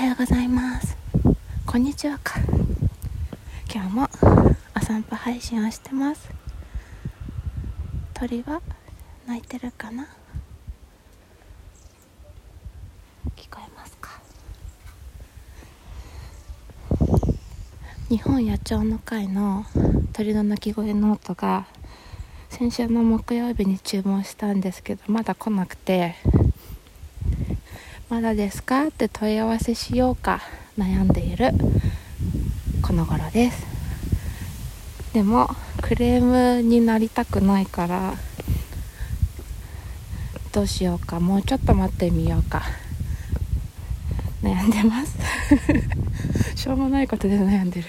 ようございます。こんにちはか。今日もお散歩配信をしてます。鳥は鳴いてるかな？聞こえますか？日本野鳥の会の鳥の鳴き声の音が先週の木曜日に注文したんですけど、まだ来なくて、まだですかって問い合わせしようか悩んでいるこの頃です。でもクレームになりたくないからどうしようか、もうちょっと待ってみようか悩んでますしょうもないことで悩んでる。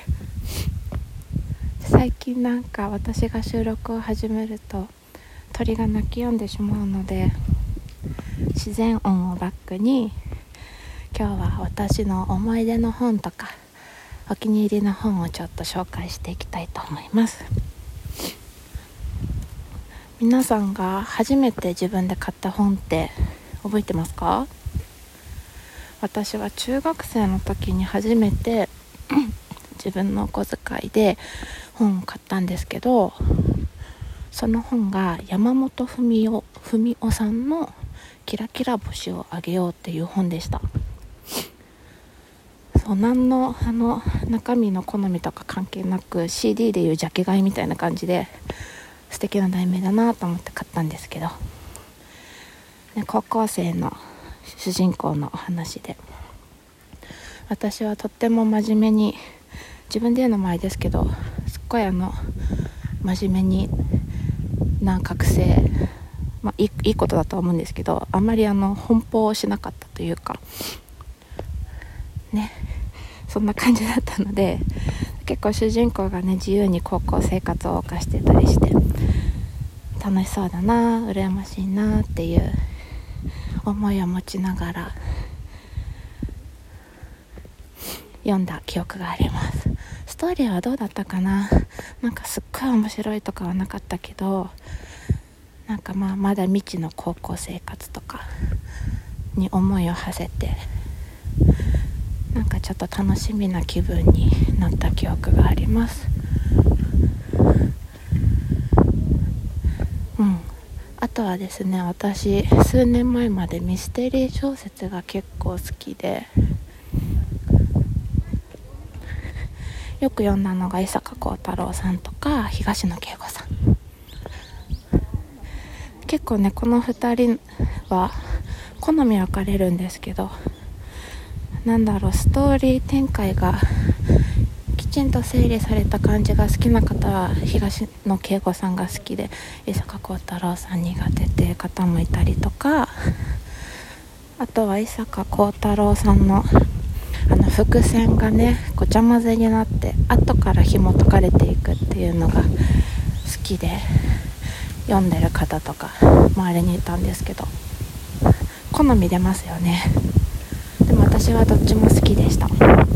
最近なんか私が収録を始めると鳥が鳴き止んでしまうので、自然音をバックに今日は私の思い出の本とかお気に入りの本をちょっと紹介していきたいと思います。皆さんが初めて自分で買った本って覚えてますか？私は中学生の時に初めて自分のお小遣いで本を買ったんですけど、その本が山本文夫さんのキラキラ星をあげようっていう本でした。そう、何の中身の好みとか関係なく CD でいうジャケ買いみたいな感じで素敵な題名だなと思って買ったんですけど、高校生の主人公のお話で、私はとっても真面目に、自分で言うのもあれですけど、すっごい真面目にな学生、いいことだとは思うんですけど、あんまり奔放をしなかったというかね、そんな感じだったので、結構主人公がね自由に高校生活を謳歌してたりして楽しそうだな、羨ましいなっていう思いを持ちながら読んだ記憶があります。ストーリーはどうだったかな。なんかすっごい面白いとかはなかったけど、なんかまだ未知の高校生活とかに思いを馳せて、なんかちょっと楽しみな気分になった記憶があります。あとはですね、私数年前までミステリー小説が結構好きで、よく読んだのが伊坂幸太郎さんとか東野圭吾さん。結構ね、この2人は好み分かれるんですけど、ストーリー展開がきちんと整理された感じが好きな方は東野圭吾さんが好きで、伊坂幸太郎さん苦手っていう方もいたりとか、あとは伊坂幸太郎さんの伏線がねごちゃ混ぜになって後から紐解かれていくっていうのが好きで読んでる方とか周りにいたんですけど、好み出ますよね。でも私はどっちも好きでした。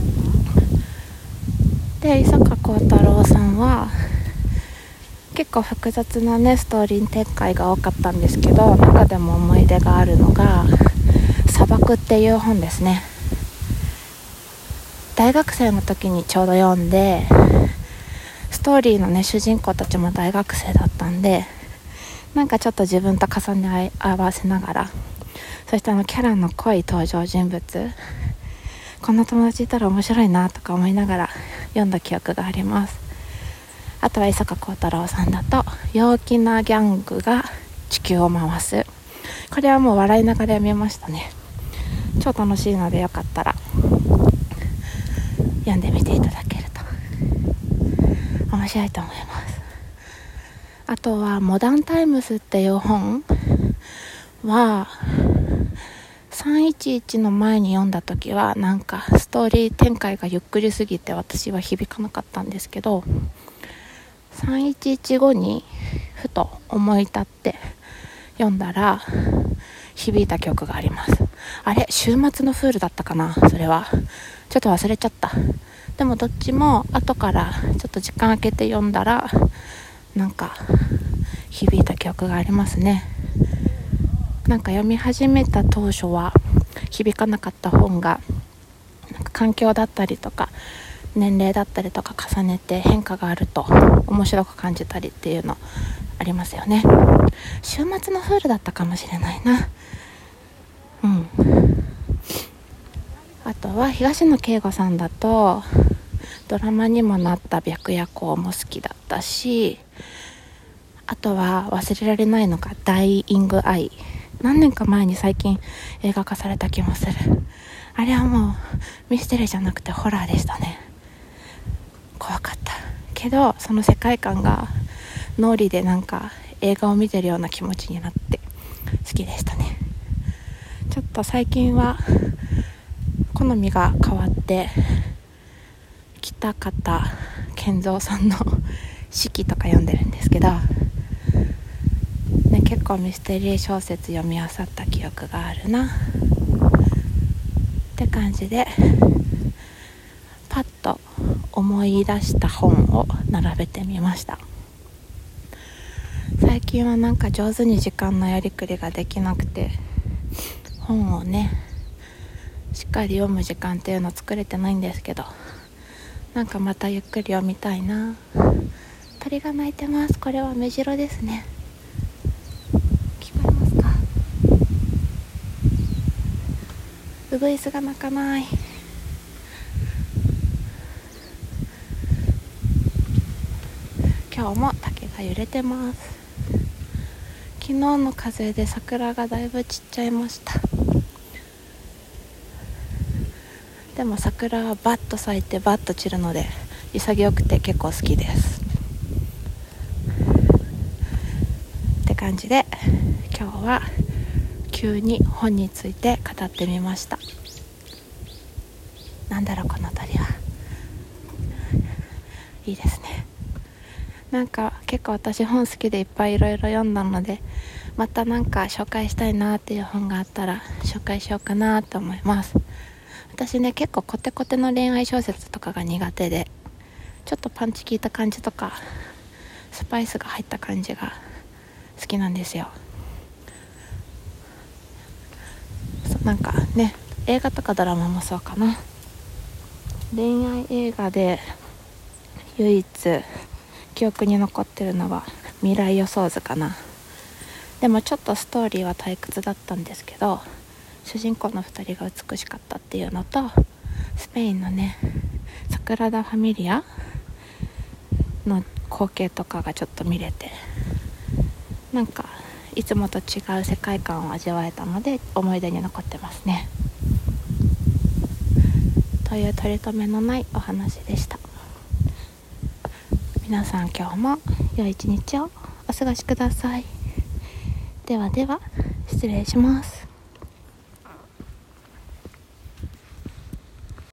で、伊坂幸太郎さんは結構複雑なねストーリー展開が多かったんですけど、中でも思い出があるのが砂漠っていう本ですね。大学生の時にちょうど読んで、ストーリーのね主人公たちも大学生だったんで、なんかちょっと自分と重ね合わせながら、そしてキャラの濃い登場人物、こんな友達いたら面白いなとか思いながら読んだ記憶があります。あとは伊坂幸太郎さんだと陽気なギャングが地球を回す、これはもう笑いながら読みましたね。超楽しいのでよかったら読んでみていただけると面白いと思います。あとはモダンタイムスっていう本は311の前に読んだ時はなんかストーリー展開がゆっくりすぎて私は響かなかったんですけど、311後にふと思い立って読んだら響いた曲があります。あれ、週末のフールだったかな、それはちょっと忘れちゃった。でもどっちも後からちょっと時間空けて読んだらなんか響いた記憶がありますね。なんか読み始めた当初は響かなかった本がなんか環境だったりとか年齢だったりとか重ねて変化があると面白く感じたりっていうのありますよね。週末のフールだったかもしれないな。あとは東野圭吾さんだとドラマにもなった白夜行も好きだったし、あとは忘れられないのがダイイングアイ、何年か前に最近映画化された気もする。あれはもうミステリーじゃなくてホラーでしたね。怖かったけどその世界観が脳裏でなんか映画を見てるような気持ちになって好きでしたね。ちょっと最近は好みが変わって北方健三さんの四季とか読んでるんですけど、結構ミステリー小説読み漁った記憶があるなって感じで、パッと思い出した本を並べてみました。最近はなんか上手に時間のやりくりができなくて、本をねしっかり読む時間っていうのを作れてないんですけど、なんかまたゆっくり読みたいな。鳥が鳴いてます。これはメジロですね。聞こえますか？ウグイスが鳴かない。今日も竹が揺れてます。昨日の風で桜がだいぶ散っちゃいました。でも桜はバッと咲いてバッと散るので潔くて結構好きですって感じで、今日は急に本について語ってみました。なんだろうこの鳥は。いいですね。なんか結構私本好きでいっぱいいろいろ読んだので、またなんか紹介したいなっていう本があったら紹介しようかなと思います。私ね結構コテコテの恋愛小説とかが苦手で、ちょっとパンチ効いた感じとかスパイスが入った感じが好きなんですよ。なんかね映画とかドラマもそうかな。恋愛映画で唯一記憶に残ってるのは未来予想図かな。でもちょっとストーリーは退屈だったんですけど、主人公の2人が美しかったっていうのと、スペインのねサグラダ・ファミリアの光景とかがちょっと見れて、なんかいつもと違う世界観を味わえたので思い出に残ってますね。という取り留めのないお話でした。皆さん今日も良い一日をお過ごしください。ではでは失礼します。